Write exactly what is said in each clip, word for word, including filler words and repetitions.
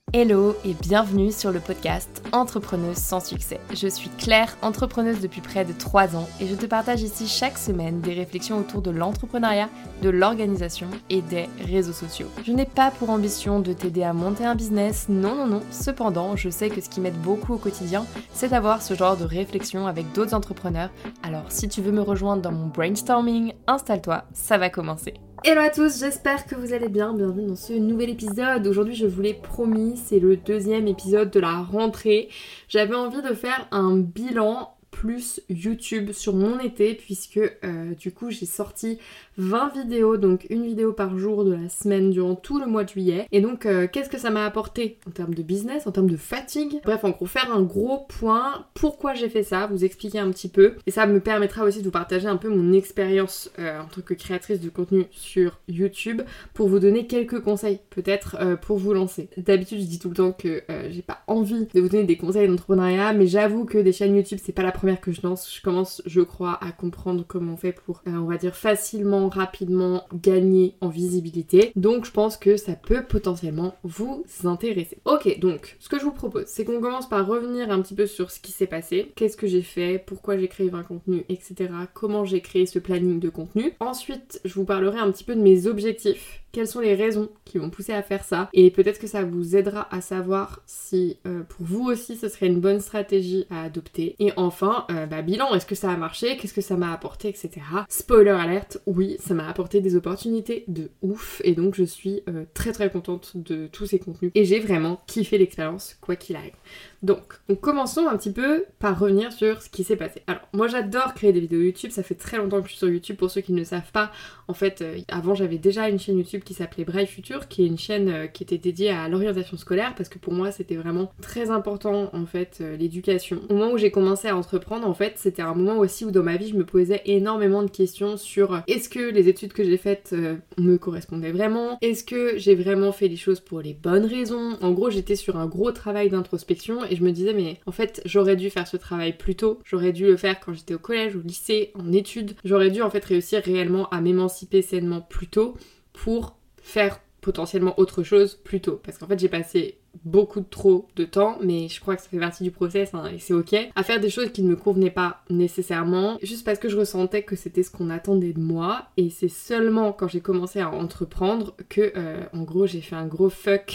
Hello et bienvenue sur le podcast Entrepreneuse sans succès. Je suis Claire, entrepreneuse depuis près de trois ans et je te partage ici chaque semaine des réflexions autour de l'entrepreneuriat, de l'organisation et des réseaux sociaux. Je n'ai pas pour ambition de t'aider à monter un business, non non non. Cependant, je sais que ce qui m'aide beaucoup au quotidien, c'est d'avoir ce genre de réflexion avec d'autres entrepreneurs. Alors si tu veux me rejoindre dans mon brainstorming, installe-toi, ça va commencer. Hello à tous, j'espère que vous allez bien, bienvenue dans ce nouvel épisode. Aujourd'hui je vous l'ai promis, c'est le deuxième épisode de la rentrée. J'avais envie de faire un bilan plus YouTube sur mon été puisque euh, du coup j'ai sorti vingt vidéos, donc une vidéo par jour de la semaine durant tout le mois de juillet. Et donc euh, qu'est-ce que ça m'a apporté en termes de business, en termes de fatigue. Bref, en gros faire un gros point, pourquoi j'ai fait ça, vous expliquer un petit peu. Et ça me permettra aussi de vous partager un peu mon expérience euh, en tant que créatrice de contenu sur YouTube pour vous donner quelques conseils peut-être euh, pour vous lancer. D'habitude je dis tout le temps que euh, j'ai pas envie de vous donner des conseils d'entrepreneuriat, mais j'avoue que des chaînes YouTube c'est pas la première que je lance. Je commence, je crois, à comprendre comment on fait pour, euh, on va dire, facilement, rapidement gagner en visibilité. Donc je pense que ça peut potentiellement vous intéresser. Ok, donc ce que je vous propose, c'est qu'on commence par revenir un petit peu sur ce qui s'est passé. Qu'est-ce que j'ai fait, pourquoi j'ai créé vingt contenus, et cetera. Comment j'ai créé ce planning de contenu. Ensuite, je vous parlerai un petit peu de mes objectifs. Quelles sont les raisons qui m'ont poussé à faire ça? Et peut-être que ça vous aidera à savoir si euh, pour vous aussi ce serait une bonne stratégie à adopter. Et enfin, euh, bah, bilan, est-ce que ça a marché? Qu'est-ce que ça m'a apporté, et cetera. Spoiler alerte, oui, ça m'a apporté des opportunités de ouf. Et donc je suis euh, très très contente de tous ces contenus. Et j'ai vraiment kiffé l'expérience, quoi qu'il arrive. Donc, donc, commençons un petit peu par revenir sur ce qui s'est passé. Alors, moi j'adore créer des vidéos YouTube, ça fait très longtemps que je suis sur YouTube, pour ceux qui ne le savent pas. En fait, euh, avant j'avais déjà une chaîne YouTube qui s'appelait Braille Futur, qui est une chaîne euh, qui était dédiée à l'orientation scolaire, parce que pour moi c'était vraiment très important en fait, euh, l'éducation. Au moment où j'ai commencé à entreprendre, en fait, c'était un moment aussi où dans ma vie je me posais énormément de questions sur euh, est-ce que les études que j'ai faites euh, me correspondaient vraiment? Est-ce que j'ai vraiment fait les choses pour les bonnes raisons? En gros, j'étais sur un gros travail d'introspection et je me disais mais en fait j'aurais dû faire ce travail plus tôt, j'aurais dû le faire quand j'étais au collège, au lycée, en études, j'aurais dû en fait réussir réellement à m'émanciper sainement plus tôt pour faire potentiellement autre chose plus tôt, parce qu'en fait j'ai passé beaucoup de trop de temps, mais je crois que ça fait partie du process hein, et c'est ok, à faire des choses qui ne me convenaient pas nécessairement, juste parce que je ressentais que c'était ce qu'on attendait de moi. Et c'est seulement quand j'ai commencé à entreprendre que euh, en gros j'ai fait un gros fuck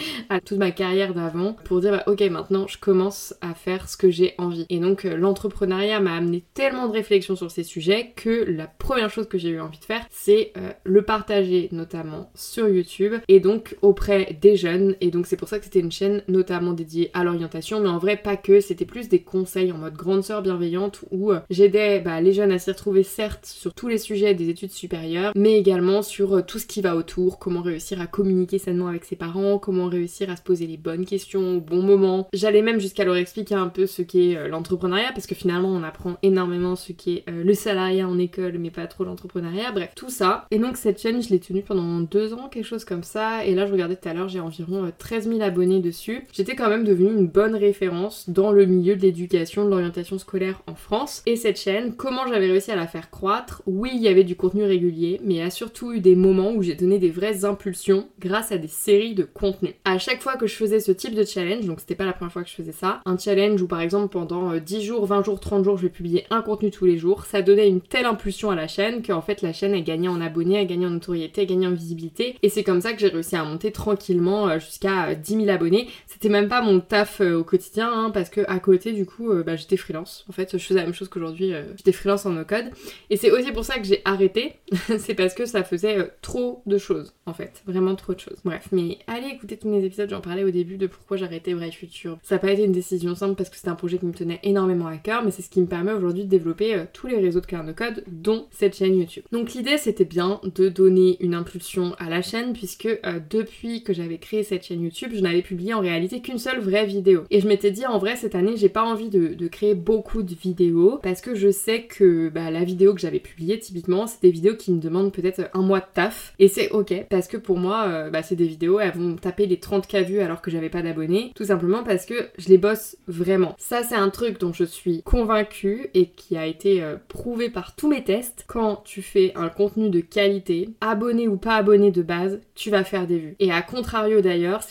à toute ma carrière d'avant pour dire bah, ok, maintenant je commence à faire ce que j'ai envie. Et donc euh, l'entrepreneuriat m'a amené tellement de réflexions sur ces sujets que la première chose que j'ai eu envie de faire, c'est euh, le partager notamment sur YouTube et donc auprès des jeunes. Et donc c'est pour ça que c'était une chaîne notamment dédiée à l'orientation, mais en vrai pas que, c'était plus des conseils en mode grande sœur bienveillante où euh, j'aidais bah, les jeunes à s'y retrouver, certes sur tous les sujets des études supérieures, mais également sur euh, tout ce qui va autour, comment réussir à communiquer sainement avec ses parents, comment réussir à se poser les bonnes questions au bon moment. J'allais même jusqu'à leur expliquer un peu ce qu'est euh, l'entrepreneuriat, parce que finalement on apprend énormément ce qu'est euh, le salariat en école, mais pas trop l'entrepreneuriat, bref, tout ça. Et donc cette chaîne je l'ai tenue pendant deux ans, quelque chose comme ça, et là je regardais tout à l'heure, j'ai environ euh, treize mille abonnés dessus. J'étais quand même devenue une bonne référence dans le milieu de l'éducation, de l'orientation scolaire en France. Et cette chaîne, comment j'avais réussi à la faire croître? Oui, il y avait du contenu régulier, mais il y a surtout eu des moments où j'ai donné des vraies impulsions grâce à des séries de contenus. À chaque fois que je faisais ce type de challenge, donc c'était pas la première fois que je faisais ça, un challenge où par exemple pendant dix jours, vingt jours, trente jours, je vais publier un contenu tous les jours, ça donnait une telle impulsion à la chaîne qu'en fait la chaîne a gagné en abonnés, a gagné en notoriété, a gagné en visibilité. Et c'est comme ça que j'ai réussi à monter tranquillement jusqu'à dix mille abonnés. C'était même pas mon taf euh, au quotidien hein, parce que à côté du coup euh, bah, j'étais freelance. En fait je faisais la même chose qu'aujourd'hui, euh, j'étais freelance en no-code. Et c'est aussi pour ça que j'ai arrêté. C'est parce que ça faisait euh, trop de choses en fait, vraiment trop de choses. Bref, mais allez écouter tous mes épisodes, j'en parlais au début de pourquoi j'arrêtais Braille Futur. Ça n'a pas été une décision simple parce que c'était un projet qui me tenait énormément à cœur, mais c'est ce qui me permet aujourd'hui de développer euh, tous les réseaux de Claire No Code, dont cette chaîne YouTube. Donc l'idée c'était bien de donner une impulsion à la chaîne puisque euh, depuis que j'avais créé cette chaîne YouTube, je n'avais publié en réalité qu'une seule vraie vidéo. Et je m'étais dit en vrai cette année j'ai pas envie de, de créer beaucoup de vidéos parce que je sais que bah, la vidéo que j'avais publiée typiquement c'est des vidéos qui me demandent peut-être un mois de taf et c'est ok parce que pour moi euh, bah, c'est des vidéos, elles vont taper les trente mille vues alors que j'avais pas d'abonnés, tout simplement parce que je les bosse vraiment. Ça c'est un truc dont je suis convaincue et qui a été euh, prouvé par tous mes tests. Quand tu fais un contenu de qualité, abonné ou pas abonné de base, tu vas faire des vues. Et à contrario d'ailleurs, c'est pas parce que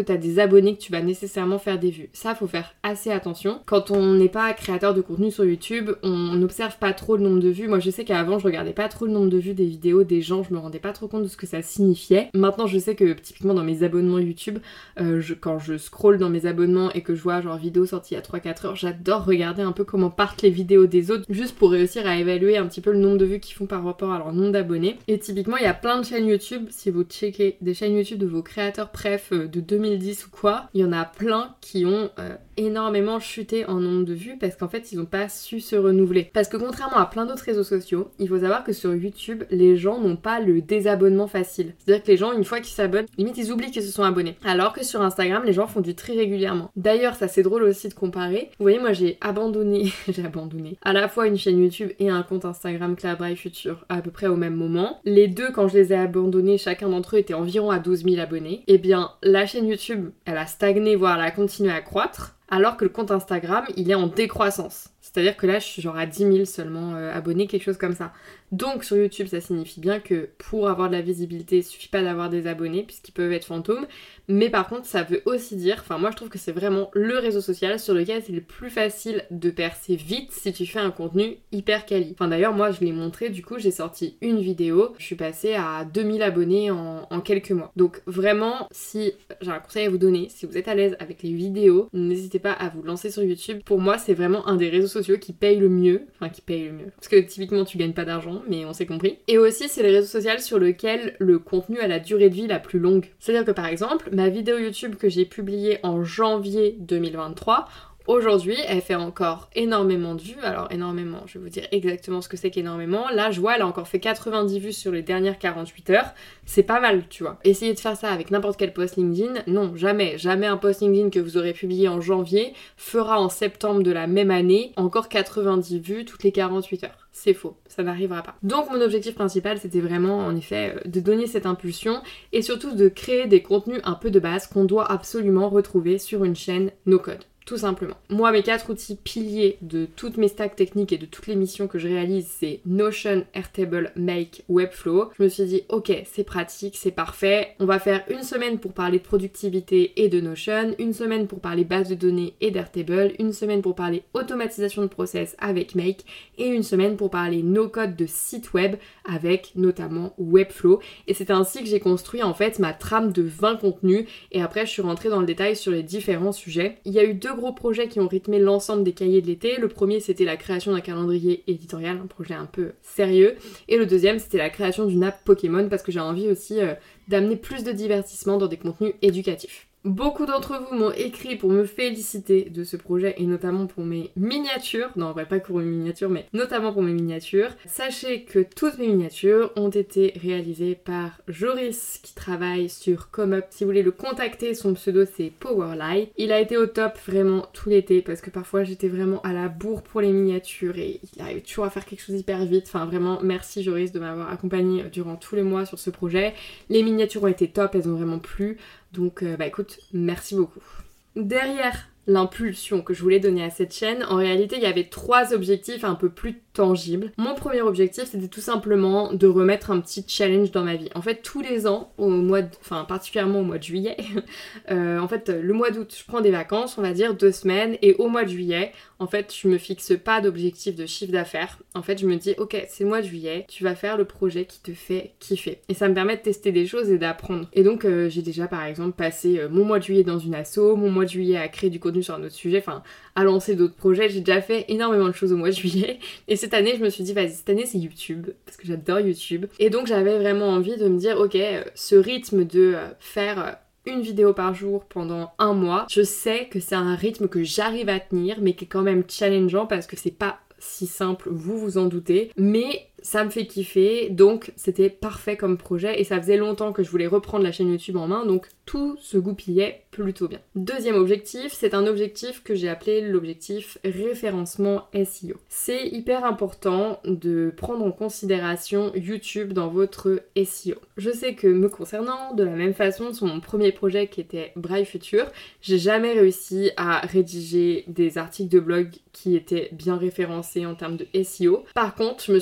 t'as des abonnés que tu vas nécessairement faire des vues. Ça, faut faire assez attention. Quand on n'est pas créateur de contenu sur YouTube, on n'observe pas trop le nombre de vues. Moi, je sais qu'avant, je regardais pas trop le nombre de vues des vidéos des gens, je me rendais pas trop compte de ce que ça signifiait. Maintenant, je sais que typiquement dans mes abonnements YouTube, euh, je, quand je scroll dans mes abonnements et que je vois genre vidéo sortie il y a trois quatre heures, j'adore regarder un peu comment partent les vidéos des autres, juste pour réussir à évaluer un petit peu le nombre de vues qu'ils font par rapport à leur nombre d'abonnés. Et typiquement, il y a plein de chaînes YouTube, si vous checkez des chaînes YouTube de vos créateurs préf de deux mille dix ou quoi, il y en a plein qui ont euh, énormément chuté en nombre de vues parce qu'en fait, ils n'ont pas su se renouveler. Parce que contrairement à plein d'autres réseaux sociaux, il faut savoir que sur YouTube, les gens n'ont pas le désabonnement facile. C'est-à-dire que les gens, une fois qu'ils s'abonnent, limite ils oublient qu'ils se sont abonnés. Alors que sur Instagram, les gens font du tri régulièrement. D'ailleurs, ça c'est drôle aussi de comparer. Vous voyez, moi j'ai abandonné, j'ai abandonné à la fois une chaîne YouTube et un compte Instagram Claire Braille Future à peu près au même moment. Les deux, quand je les ai abandonnés, chacun d'entre eux était environ à douze mille abonnés. Et bien, la chaîne YouTube, elle a stagné, voire elle a continué à croître, alors que le compte Instagram, il est en décroissance. C'est-à-dire que là, je suis genre à dix mille seulement euh, abonnés, quelque chose comme ça. Donc sur YouTube, ça signifie bien que pour avoir de la visibilité, il suffit pas d'avoir des abonnés, puisqu'ils peuvent être fantômes. Mais par contre, ça veut aussi dire, enfin moi je trouve que c'est vraiment le réseau social sur lequel c'est le plus facile de percer vite si tu fais un contenu hyper quali. Enfin d'ailleurs, moi je l'ai montré, du coup j'ai sorti une vidéo, je suis passée à deux mille abonnés en, en quelques mois. Donc vraiment, si j'ai un conseil à vous donner, si vous êtes à l'aise avec les vidéos, n'hésitez pas à vous lancer sur YouTube. Pour moi, c'est vraiment un des réseaux sociaux qui paye le mieux, enfin qui paye le mieux, parce que typiquement tu gagnes pas d'argent, mais on s'est compris. Et aussi, c'est les réseaux sociaux sur lesquels le contenu a la durée de vie la plus longue. C'est-à-dire que par exemple, ma vidéo YouTube que j'ai publiée en janvier deux mille vingt-trois, aujourd'hui, elle fait encore énormément de vues. Alors énormément, je vais vous dire exactement ce que c'est qu'énormément. Là, je vois, elle a encore fait quatre-vingt-dix vues sur les dernières quarante-huit heures. C'est pas mal, tu vois. Essayez de faire ça avec n'importe quel post LinkedIn. Non, jamais. Jamais un post LinkedIn que vous aurez publié en janvier fera en septembre de la même année encore quatre-vingt-dix vues toutes les quarante-huit heures. C'est faux, ça n'arrivera pas. Donc mon objectif principal, c'était vraiment en effet de donner cette impulsion et surtout de créer des contenus un peu de base qu'on doit absolument retrouver sur une chaîne no-code. Tout simplement. Moi, mes quatre outils piliers de toutes mes stacks techniques et de toutes les missions que je réalise, c'est Notion, Airtable, Make, Webflow. Je me suis dit, ok, c'est pratique, c'est parfait. On va faire une semaine pour parler de productivité et de Notion, une semaine pour parler base de données et d'Airtable, une semaine pour parler automatisation de process avec Make et une semaine pour parler no-code de site web avec notamment Webflow. Et c'est ainsi que j'ai construit en fait ma trame de vingt contenus et après je suis rentrée dans le détail sur les différents sujets. Il y a eu deux gros projets qui ont rythmé l'ensemble des cahiers de l'été. Le premier, c'était la création d'un calendrier éditorial, un projet un peu sérieux. Et le deuxième, c'était la création d'une app Pokémon parce que j'ai envie aussi euh, d'amener plus de divertissement dans des contenus éducatifs. Beaucoup d'entre vous m'ont écrit pour me féliciter de ce projet et notamment pour mes miniatures. Non, en vrai, pas pour mes miniatures, mais notamment pour mes miniatures. Sachez que toutes mes miniatures ont été réalisées par Joris qui travaille sur ComeUp. Si vous voulez le contacter, son pseudo c'est Powerlight. Il a été au top vraiment tout l'été parce que parfois j'étais vraiment à la bourre pour les miniatures et il arrive toujours à faire quelque chose hyper vite. Enfin vraiment, merci Joris de m'avoir accompagné durant tous les mois sur ce projet. Les miniatures ont été top, elles ont vraiment plu. Donc euh, bah écoute, merci beaucoup. Derrière l'impulsion que je voulais donner à cette chaîne, en réalité il y avait trois objectifs un peu plus tangibles. Mon premier objectif c'était tout simplement de remettre un petit challenge dans ma vie. En fait tous les ans, au mois de... enfin particulièrement au mois de juillet, euh, en fait le mois d'août je prends des vacances, on va dire deux semaines, et au mois de juillet, en fait je me fixe pas d'objectif de chiffre d'affaires. En fait je me dis ok c'est le mois de juillet, tu vas faire le projet qui te fait kiffer. Et ça me permet de tester des choses et d'apprendre. Et donc euh, j'ai déjà par exemple passé euh, mon mois de juillet dans une asso, mon mois de juillet à créer du contenu sur un autre sujet, enfin à lancer d'autres projets. J'ai déjà fait énormément de choses au mois de juillet et cette année je me suis dit vas-y cette année c'est YouTube parce que j'adore YouTube et donc j'avais vraiment envie de me dire ok ce rythme de faire une vidéo par jour pendant un mois, je sais que c'est un rythme que j'arrive à tenir mais qui est quand même challengeant parce que c'est pas si simple, vous vous en doutez, mais ça me fait kiffer, donc c'était parfait comme projet et ça faisait longtemps que je voulais reprendre la chaîne YouTube en main, donc tout se goupillait plutôt bien. Deuxième objectif, c'est un objectif que j'ai appelé l'objectif référencement S E O. C'est hyper important de prendre en considération YouTube dans votre S E O. Je sais que me concernant, de la même façon, sur mon premier projet qui était Braille Future, j'ai jamais réussi à rédiger des articles de blog qui étaient bien référencés en termes de S E O. Par contre, je me suis rendu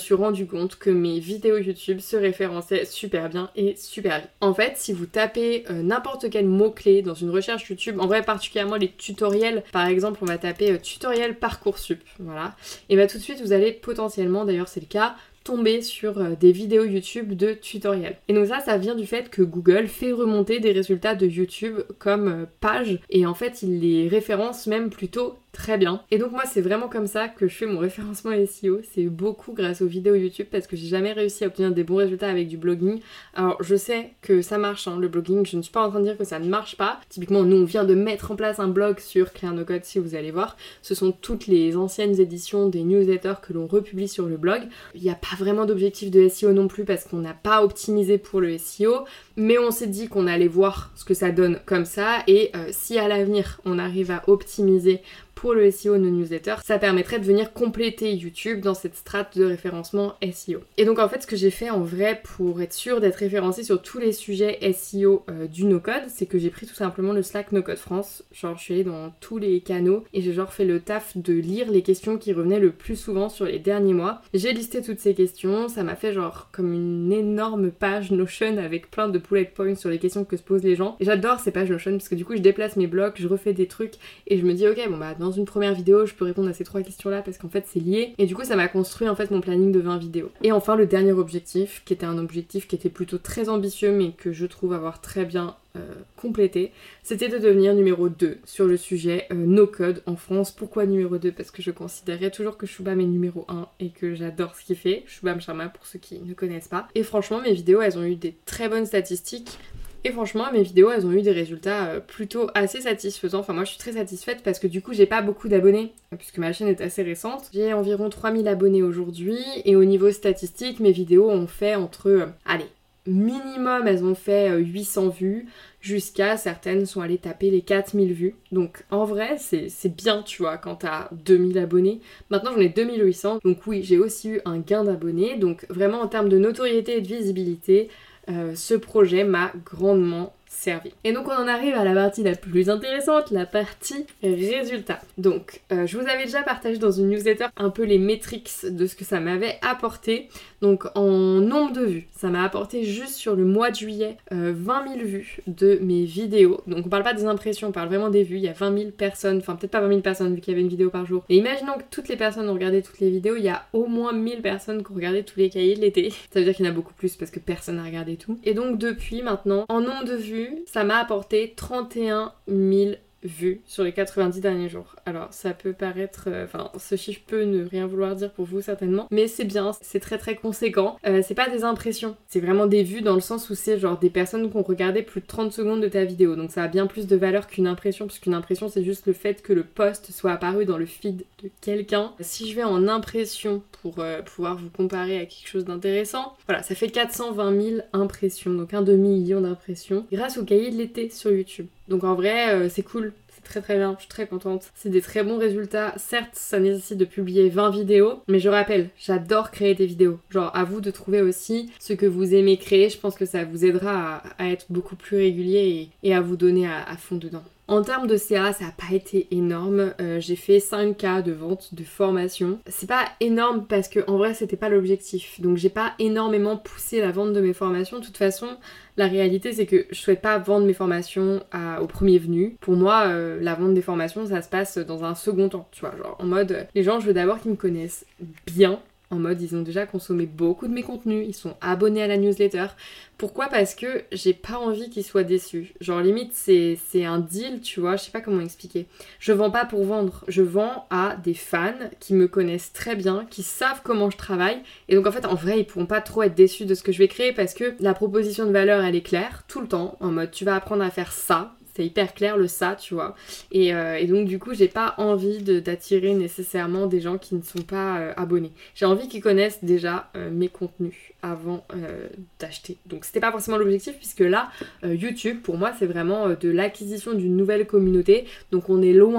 compte que mes vidéos YouTube se référençaient super bien et super vite. En fait, si vous tapez euh, n'importe quel mot-clé dans une recherche YouTube, en vrai particulièrement les tutoriels, par exemple on va taper euh, tutoriel Parcoursup, voilà, et bah tout de suite vous allez potentiellement, d'ailleurs c'est le cas, tomber sur euh, des vidéos YouTube de tutoriels. Et donc ça, ça vient du fait que Google fait remonter des résultats de YouTube comme euh, page, et en fait il les référence même plutôt très bien. Et donc moi c'est vraiment comme ça que je fais mon référencement S E O, c'est beaucoup grâce aux vidéos YouTube parce que j'ai jamais réussi à obtenir des bons résultats avec du blogging. Alors je sais que ça marche hein, le blogging, je ne suis pas en train de dire que ça ne marche pas. Typiquement nous on vient de mettre en place un blog sur Claire No Code, si vous allez voir, ce sont toutes les anciennes éditions des newsletters que l'on republie sur le blog. Il n'y a pas vraiment d'objectif de S E O non plus parce qu'on n'a pas optimisé pour le S E O, mais on s'est dit qu'on allait voir ce que ça donne comme ça, et euh, si à l'avenir on arrive à optimiser pour le S E O de nos newsletters, ça permettrait de venir compléter YouTube dans cette strate de référencement S E O. Et donc en fait ce que j'ai fait en vrai pour être sûr d'être référencé sur tous les sujets S E O euh, du no-code, c'est que j'ai pris tout simplement le Slack No Code France, genre je suis allée dans tous les canaux et j'ai genre fait le taf de lire les questions qui revenaient le plus souvent sur les derniers mois. J'ai listé toutes ces questions, ça m'a fait genre comme une énorme page Notion avec plein de bullet points sur les questions que se posent les gens. Et j'adore ces pages Notion parce que du coup je déplace mes blocs, je refais des trucs et je me dis ok bon bah dans une première vidéo je peux répondre à ces trois questions là parce qu'en fait c'est lié, et du coup ça m'a construit en fait mon planning de vingt vidéos. Et enfin le dernier objectif, qui était un objectif qui était plutôt très ambitieux mais que je trouve avoir très bien euh, complété, c'était de devenir numéro deux sur le sujet euh, no code en France. Pourquoi numéro deux? Parce que je considérais toujours que Shubham est numéro un et que j'adore ce qu'il fait, Shubham Sharma pour ceux qui ne connaissent pas. Et franchement mes vidéos elles ont eu des très bonnes statistiques. Et franchement, mes vidéos, elles ont eu des résultats euh, plutôt assez satisfaisants. Enfin, moi, je suis très satisfaite parce que du coup, j'ai pas beaucoup d'abonnés, puisque ma chaîne est assez récente. J'ai environ trois mille abonnés aujourd'hui, et au niveau statistique, mes vidéos ont fait entre, euh, allez, minimum, elles ont fait euh, huit cents vues, jusqu'à certaines sont allées taper les quatre mille vues. Donc, en vrai, c'est, c'est bien, tu vois, quand t'as deux mille abonnés. Maintenant, j'en ai deux mille huit cents, donc oui, j'ai aussi eu un gain d'abonnés. Donc, vraiment, en termes de notoriété et de visibilité, Euh, ce projet m'a grandement servi. Et donc on en arrive à la partie la plus intéressante, la partie résultats. Donc euh, je vous avais déjà partagé dans une newsletter un peu les metrics de ce que ça m'avait apporté. Donc en nombre de vues, ça m'a apporté juste sur le mois de juillet euh, vingt mille vues de mes vidéos. Donc on parle pas des impressions, on parle vraiment des vues. Il y a vingt mille personnes, enfin peut-être pas vingt mille personnes vu qu'il y avait une vidéo par jour. Et imaginons que toutes les personnes ont regardé toutes les vidéos, il y a au moins mille personnes qui ont regardé tous les cahiers de l'été. Ça veut dire qu'il y en a beaucoup plus parce que personne n'a regardé tout. Et donc depuis maintenant, en nombre de vues, ça m'a apporté trente et un mille vues sur les quatre-vingt-dix derniers jours. Alors ça peut paraître, enfin euh, ce chiffre peut ne rien vouloir dire pour vous certainement, mais c'est bien, c'est très très conséquent. Euh, c'est pas des impressions, c'est vraiment des vues dans le sens où c'est genre des personnes qui ont regardé plus de trente secondes de ta vidéo, donc ça a bien plus de valeur qu'une impression, parce qu'une impression c'est juste le fait que le post soit apparu dans le feed de quelqu'un. Si je vais en impression pour euh, pouvoir vous comparer à quelque chose d'intéressant, voilà, ça fait quatre cent vingt mille impressions, donc un demi-million d'impressions, grâce au cahier de l'été sur YouTube. Donc en vrai, euh, c'est cool, c'est très très bien, je suis très contente. C'est des très bons résultats. Certes, ça nécessite de publier vingt vidéos, mais je rappelle, j'adore créer des vidéos. Genre, à vous de trouver aussi ce que vous aimez créer. Je pense que ça vous aidera à, à être beaucoup plus régulier et, et à vous donner à, à fond dedans. En termes de C A, ça n'a pas été énorme. Euh, j'ai fait cinq K de vente de formation. C'est pas énorme parce que en vrai, c'était pas l'objectif. Donc j'ai pas énormément poussé la vente de mes formations. De toute façon, la réalité c'est que je souhaite pas vendre mes formations à, au premier venu. Pour moi, euh, la vente des formations, ça se passe dans un second temps. Tu vois, genre en mode, euh, les gens, je veux d'abord qu'ils me connaissent bien. En mode, ils ont déjà consommé beaucoup de mes contenus, ils sont abonnés à la newsletter. Pourquoi? Parce que j'ai pas envie qu'ils soient déçus. Genre limite, c'est, c'est un deal, tu vois, je sais pas comment expliquer. Je vends pas pour vendre, je vends à des fans qui me connaissent très bien, qui savent comment je travaille. Et donc en fait, en vrai, ils pourront pas trop être déçus de ce que je vais créer parce que la proposition de valeur, elle est claire, tout le temps. En mode, tu vas apprendre à faire ça. C'est hyper clair le ça, tu vois. Et, euh, et donc du coup, j'ai pas envie de, d'attirer nécessairement des gens qui ne sont pas euh, abonnés. J'ai envie qu'ils connaissent déjà euh, mes contenus avant euh, d'acheter. Donc c'était pas forcément l'objectif puisque là, euh, YouTube, pour moi, c'est vraiment euh, de l'acquisition d'une nouvelle communauté. Donc on est loin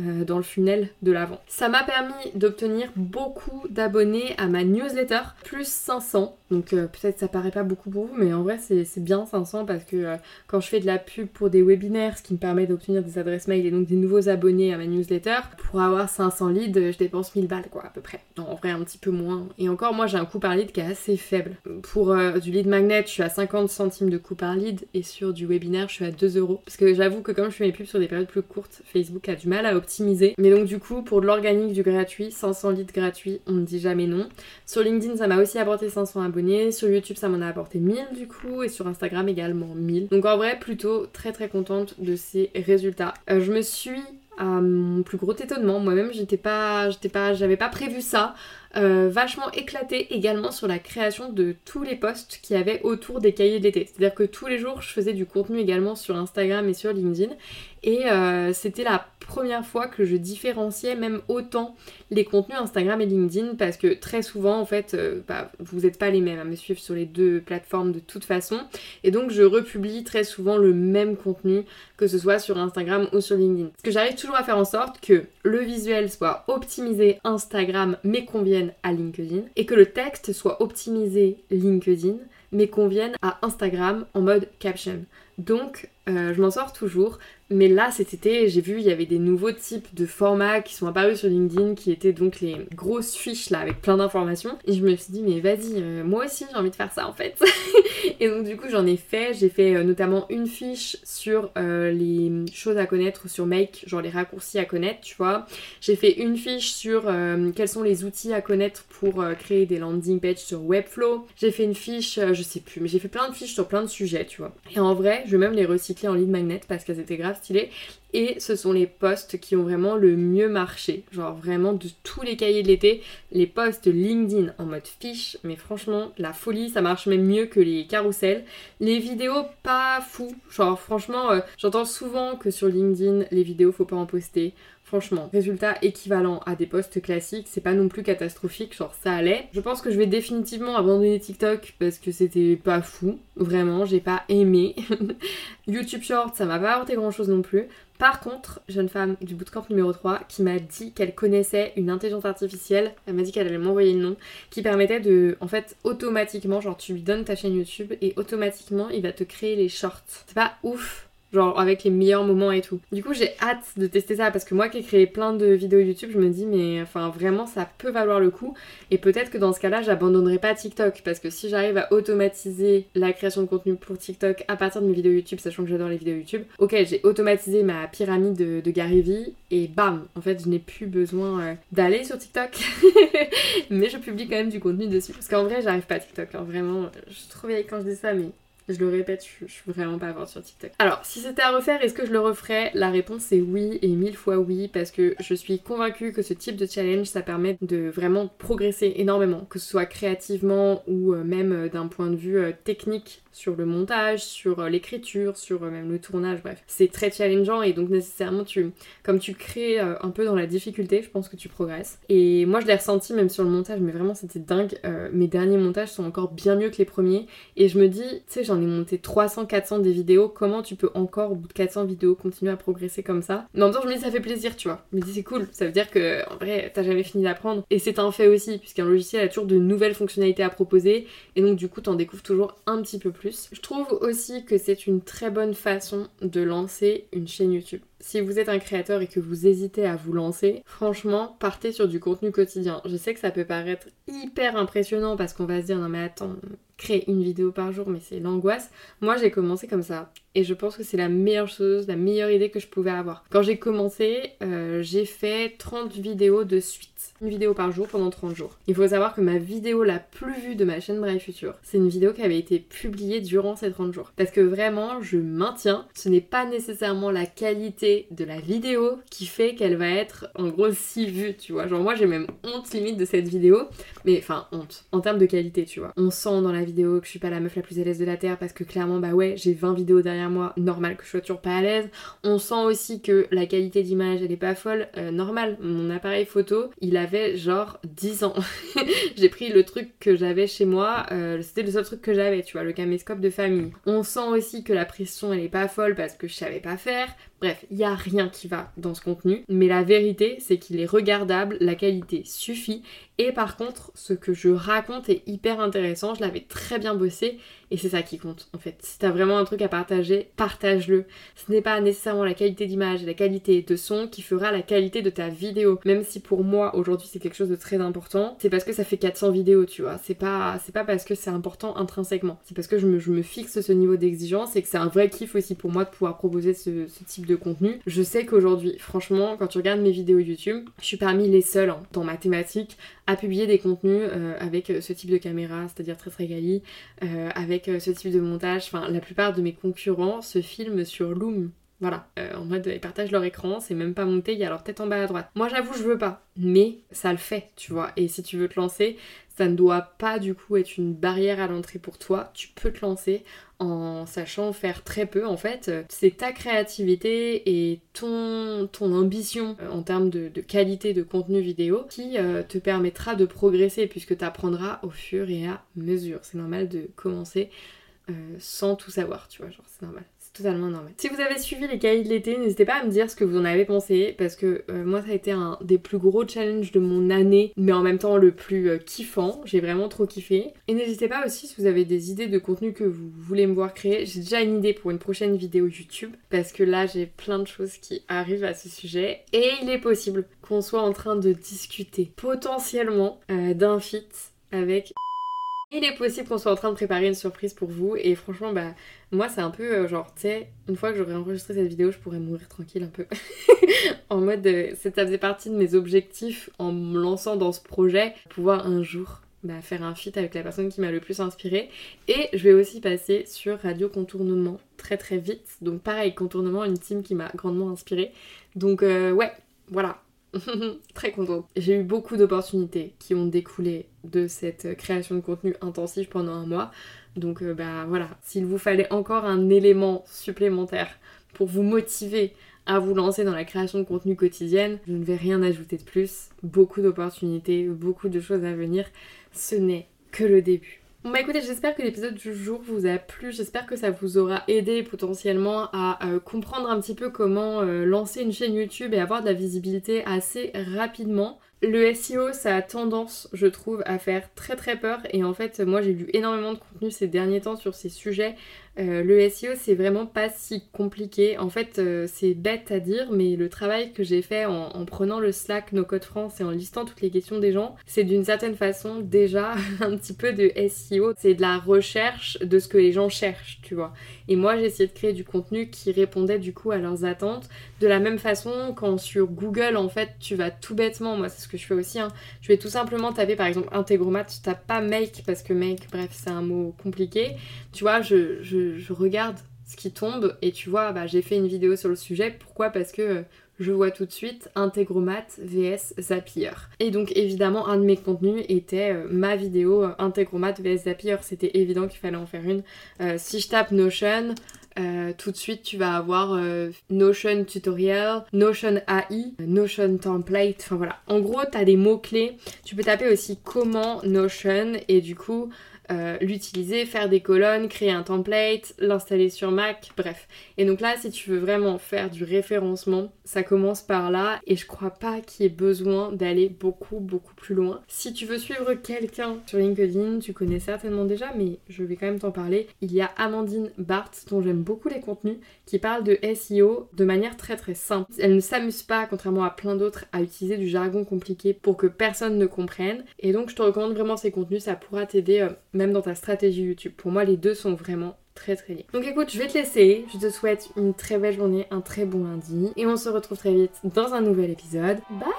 euh, dans le funnel de l'avant. Ça m'a permis d'obtenir beaucoup d'abonnés à ma newsletter, plus cinq cents. Donc euh, peut-être ça paraît pas beaucoup pour vous, mais en vrai c'est, c'est bien cinq cents parce que euh, quand je fais de la pub pour des webinaires, ce qui me permet d'obtenir des adresses mail et donc des nouveaux abonnés à ma newsletter, pour avoir cinq cents leads, je dépense mille balles quoi à peu près. Non, en vrai un petit peu moins. Et encore moi j'ai un coût par lead qui est assez faible. Pour euh, du lead magnet, je suis à cinquante centimes de coût par lead et sur du webinaire, je suis à deux euros. Parce que j'avoue que comme je fais mes pubs sur des périodes plus courtes, Facebook a du mal à optimiser. Mais donc du coup, pour de l'organique, du gratuit, cinq cents leads gratuits, on ne dit jamais non. Sur LinkedIn, ça m'a aussi apporté cinq cents abonnés. Sur YouTube, ça m'en a apporté mille du coup. Et sur Instagram également mille. Donc en vrai, plutôt très très contente de ces résultats. Euh, je me suis... à mon plus gros étonnement, moi-même j'étais pas, j'étais pas, j'avais pas prévu ça, euh, vachement éclaté également sur la création de tous les posts qu'il y avait autour des cahiers de l'été. C'est-à-dire que tous les jours je faisais du contenu également sur Instagram et sur LinkedIn et euh, c'était la première fois que je différenciais même autant les contenus Instagram et LinkedIn parce que très souvent en fait euh, bah, vous n'êtes pas les mêmes à me suivre sur les deux plateformes de toute façon et donc je republie très souvent le même contenu que ce soit sur Instagram ou sur LinkedIn. Parce que j'arrive toujours à faire en sorte que le visuel soit optimisé Instagram mais convienne à LinkedIn et que le texte soit optimisé LinkedIn mais convienne à Instagram en mode caption. Donc euh, je m'en sors toujours, mais là cet été j'ai vu il y avait des nouveaux types de formats qui sont apparus sur LinkedIn qui étaient donc les grosses fiches là avec plein d'informations et je me suis dit mais vas-y euh, moi aussi j'ai envie de faire ça en fait. Et donc du coup j'en ai fait, j'ai fait euh, notamment une fiche sur euh, les choses à connaître sur Make, genre les raccourcis à connaître tu vois. J'ai fait une fiche sur euh, quels sont les outils à connaître pour euh, créer des landing pages sur Webflow. J'ai fait une fiche, euh, je sais plus, mais j'ai fait plein de fiches sur plein de sujets tu vois. Et en vrai je vais même les recycler en lead magnet parce qu'elles étaient grave stylées. Et ce sont les posts qui ont vraiment le mieux marché. Genre vraiment de tous les cahiers de l'été, les posts LinkedIn en mode fiche. Mais franchement, la folie, ça marche même mieux que les carousels. Les vidéos, pas fou. Genre franchement, euh, j'entends souvent que sur LinkedIn, les vidéos, faut pas en poster. Franchement, résultat équivalent à des posts classiques, c'est pas non plus catastrophique, genre ça allait. Je pense que je vais définitivement abandonner TikTok parce que c'était pas fou, vraiment, j'ai pas aimé. YouTube Short, ça m'a pas apporté grand chose non plus. Par contre, jeune femme du bootcamp numéro trois qui m'a dit qu'elle connaissait une intelligence artificielle, elle m'a dit qu'elle allait m'envoyer le nom, qui permettait de, en fait, automatiquement, genre tu lui donnes ta chaîne YouTube et automatiquement il va te créer les shorts. C'est pas ouf? Genre avec les meilleurs moments et tout. Du coup j'ai hâte de tester ça parce que moi qui ai créé plein de vidéos YouTube, je me dis mais enfin vraiment ça peut valoir le coup et peut-être que dans ce cas-là j'abandonnerai pas TikTok parce que si j'arrive à automatiser la création de contenu pour TikTok à partir de mes vidéos YouTube, sachant que j'adore les vidéos YouTube, ok j'ai automatisé ma pyramide de, de Gary Vee et bam, en fait je n'ai plus besoin euh, d'aller sur TikTok mais je publie quand même du contenu dessus parce qu'en vrai j'arrive pas à TikTok, hein, vraiment je suis trop vieille quand je dis ça mais... Je le répète, je, je suis vraiment pas forte sur TikTok. Alors, si c'était à refaire, est-ce que je le referais? La réponse est oui et mille fois oui parce que je suis convaincue que ce type de challenge, ça permet de vraiment progresser énormément, que ce soit créativement ou même d'un point de vue technique sur le montage, sur l'écriture, sur même le tournage, bref. C'est très challengeant et donc nécessairement, tu, comme tu crées un peu dans la difficulté, je pense que tu progresses. Et moi, je l'ai ressenti même sur le montage, mais vraiment, c'était dingue. Euh, mes derniers montages sont encore bien mieux que les premiers et je me dis, tu sais, j'en ai monté trois cents, quatre cents des vidéos, comment tu peux encore, au bout de quatre cents vidéos, continuer à progresser comme ça? Mais en même temps, je me dis, ça fait plaisir, tu vois. Je me dis, c'est cool, ça veut dire que, en vrai, t'as jamais fini d'apprendre. Et c'est un fait aussi, puisqu'un logiciel a toujours de nouvelles fonctionnalités à proposer, et donc du coup, t'en découvres toujours un petit peu plus. Je trouve aussi que c'est une très bonne façon de lancer une chaîne YouTube. Si vous êtes un créateur et que vous hésitez à vous lancer, franchement, partez sur du contenu quotidien. Je sais que ça peut paraître hyper impressionnant parce qu'on va se dire, non mais attends, créer une vidéo par jour, mais c'est l'angoisse. Moi, j'ai commencé comme ça. Et je pense que c'est la meilleure chose, la meilleure idée que je pouvais avoir. Quand j'ai commencé, euh, j'ai fait trente vidéos de suite. Une vidéo par jour pendant trente jours. Il faut savoir que ma vidéo la plus vue de ma chaîne Brave Future, c'est une vidéo qui avait été publiée durant ces trente jours. Parce que vraiment, je maintiens, ce n'est pas nécessairement la qualité de la vidéo qui fait qu'elle va être en gros si vue, tu vois. Genre moi, j'ai même honte limite de cette vidéo. Mais enfin, honte. En termes de qualité, tu vois. On sent dans la vidéo que je suis pas la meuf la plus à l'aise de la Terre parce que clairement, bah ouais, j'ai vingt vidéos derrière moi, normal que je sois toujours pas à l'aise. On sent aussi que la qualité d'image, elle est pas folle, euh, normal. Mon appareil photo, il avait genre dix ans. J'ai pris le truc que j'avais chez moi, euh, c'était le seul truc que j'avais, tu vois, le caméscope de famille. On sent aussi que la pression, elle est pas folle parce que je savais pas faire. Bref, il n'y a rien qui va dans ce contenu, mais la vérité c'est qu'il est regardable, la qualité suffit, et par contre ce que je raconte est hyper intéressant, je l'avais très bien bossé, et c'est ça qui compte en fait. Si t'as vraiment un truc à partager, partage-le. Ce n'est pas nécessairement la qualité d'image et la qualité de son qui fera la qualité de ta vidéo, même si pour moi aujourd'hui c'est quelque chose de très important, c'est parce que ça fait quatre cents vidéos, tu vois, c'est pas, c'est pas parce que c'est important intrinsèquement, c'est parce que je me, je me fixe ce niveau d'exigence et que c'est un vrai kiff aussi pour moi de pouvoir proposer ce, ce type de contenu. Je sais qu'aujourd'hui, franchement, quand tu regardes mes vidéos YouTube, je suis parmi les seuls hein, dans ma thématique à publier des contenus euh, avec ce type de caméra, c'est-à-dire très très quali, euh, avec ce type de montage. Enfin, la plupart de mes concurrents se filment sur Loom. Voilà, euh, en mode ils partagent leur écran, c'est même pas monté, il y a leur tête en bas à droite. Moi j'avoue je veux pas, mais ça le fait, tu vois. Et si tu veux te lancer, ça ne doit pas du coup être une barrière à l'entrée pour toi. Tu peux te lancer en sachant faire très peu en fait. C'est ta créativité et ton, ton ambition euh, en termes de, de qualité de contenu vidéo qui euh, te permettra de progresser puisque tu apprendras au fur et à mesure. C'est normal de commencer euh, sans tout savoir, tu vois, genre c'est normal. Totalement normal. Si vous avez suivi les cahiers de l'été, n'hésitez pas à me dire ce que vous en avez pensé parce que euh, moi ça a été un des plus gros challenges de mon année mais en même temps le plus euh, kiffant, j'ai vraiment trop kiffé. Et n'hésitez pas aussi si vous avez des idées de contenu que vous voulez me voir créer, j'ai déjà une idée pour une prochaine vidéo YouTube parce que là j'ai plein de choses qui arrivent à ce sujet et il est possible qu'on soit en train de discuter potentiellement euh, d'un feat avec... Il est possible qu'on soit en train de préparer une surprise pour vous et franchement bah moi c'est un peu euh, genre tu sais une fois que j'aurai enregistré cette vidéo je pourrais mourir tranquille un peu en mode euh, ça faisait partie de mes objectifs en me lançant dans ce projet, pouvoir un jour bah, faire un feat avec la personne qui m'a le plus inspirée. Et je vais aussi passer sur Radio Contournement très très vite, donc pareil Contournement, une team qui m'a grandement inspirée, donc euh, ouais voilà. Très contente. J'ai eu beaucoup d'opportunités qui ont découlé de cette création de contenu intensif pendant un mois. Donc euh, bah voilà, s'il vous fallait encore un élément supplémentaire pour vous motiver à vous lancer dans la création de contenu quotidienne, je ne vais rien ajouter de plus. Beaucoup d'opportunités, beaucoup de choses à venir. Ce n'est que le début. Bon bah écoutez, j'espère que l'épisode du jour vous a plu, j'espère que ça vous aura aidé potentiellement à euh, comprendre un petit peu comment euh, lancer une chaîne YouTube et avoir de la visibilité assez rapidement. Le S E O, ça a tendance, je trouve, à faire très très peur et en fait, moi j'ai lu énormément de contenu ces derniers temps sur ces sujets. Euh, le S E O, c'est vraiment pas si compliqué. En fait, euh, c'est bête à dire, mais le travail que j'ai fait en, en prenant le Slack No Code France et en listant toutes les questions des gens, c'est d'une certaine façon déjà un petit peu de S E O. C'est de la recherche de ce que les gens cherchent, tu vois. Et moi, j'ai essayé de créer du contenu qui répondait du coup à leurs attentes. De la même façon, quand sur Google, en fait, tu vas tout bêtement, moi c'est ce que je fais aussi, hein, je vais tout simplement taper par exemple Integromat, tu tapes pas make parce que make, bref, c'est un mot compliqué. Tu vois, je, je, je regarde ce qui tombe et tu vois, bah, j'ai fait une vidéo sur le sujet. Pourquoi ? Parce que euh, je vois tout de suite Integromat vs Zapier. Et donc évidemment, un de mes contenus était euh, ma vidéo euh, Integromat vs Zapier. C'était évident qu'il fallait en faire une. Euh, si je tape Notion... Euh, tout de suite tu vas avoir euh, Notion tutorial, Notion A I, Notion template, enfin voilà. En gros t'as des mots clés, tu peux taper aussi comment Notion et du coup euh, l'utiliser, faire des colonnes, créer un template, l'installer sur Mac, bref. Et donc là si tu veux vraiment faire du référencement, ça commence par là et je crois pas qu'il y ait besoin d'aller beaucoup beaucoup plus loin. Si tu veux suivre quelqu'un sur LinkedIn, tu connais certainement déjà mais je vais quand même t'en parler, il y a Amandine Barthes dont j'aime beaucoup les contenus qui parlent de S E O de manière très très simple. Elle ne s'amuse pas, contrairement à plein d'autres, à utiliser du jargon compliqué pour que personne ne comprenne. Et donc je te recommande vraiment ces contenus, ça pourra t'aider euh, même dans ta stratégie YouTube. Pour moi les deux sont vraiment très très liés. Donc écoute, je vais te laisser, je te souhaite une très belle journée, un très bon lundi et on se retrouve très vite dans un nouvel épisode. Bye!